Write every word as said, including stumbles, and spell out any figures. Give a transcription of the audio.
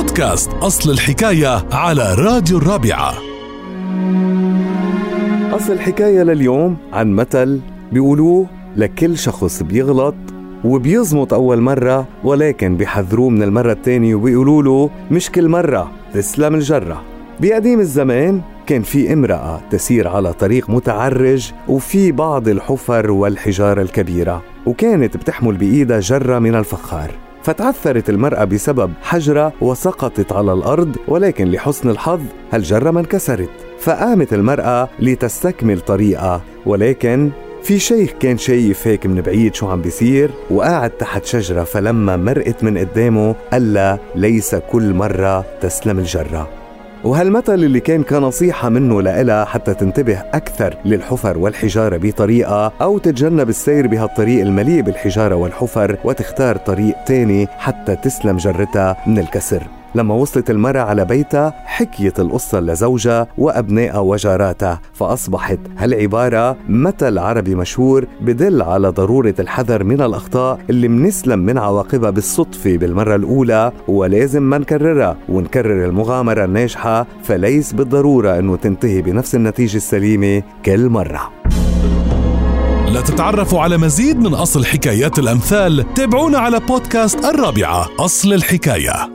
بودكاست أصل الحكاية على راديو الرابعة. أصل الحكاية لليوم عن مثل بيقولوه لكل شخص بيغلط وبيزمط أول مرة، ولكن بيحذروه من المرة الثانية وبيقولوا له مش كل مرة تسلم الجرة. بقديم الزمان كان في امرأة تسير على طريق متعرج وفي بعض الحفر والحجارة الكبيرة، وكانت بتحمل بإيدها جرة من الفخار. فتعثرت المرأة بسبب حجرة وسقطت على الأرض، ولكن لحسن الحظ هالجرة ما انكسرت. فقامت المرأة لتستكمل طريقها، ولكن في شيخ كان شايف هيك من بعيد شو عم بيصير وقاعد تحت شجرة، فلما مرقت من قدامه قال لها ليس كل مرة تسلم الجرة. وهالمثل اللي كان كنصيحة منه لإلها حتى تنتبه أكثر للحفر والحجارة بطريقة، أو تتجنب السير بهالطريق المليء بالحجارة والحفر وتختار طريق تاني حتى تسلم جرتها من الكسر. لما وصلت المرأة على بيتها حكيت القصة لزوجها وأبنائها وجاراتها، فأصبحت هالعبارة مثل عربي مشهور بدل على ضرورة الحذر من الأخطاء اللي منسلم من عواقبها بالصدفة بالمرة الأولى، ولازم ما نكررها ونكرر المغامرة الناجحة، فليس بالضرورة أنه تنتهي بنفس النتيجة السليمة كل مرة. لتتعرفوا على مزيد من أصل حكايات الأمثال تابعونا على بودكاست الرابعة أصل الحكاية.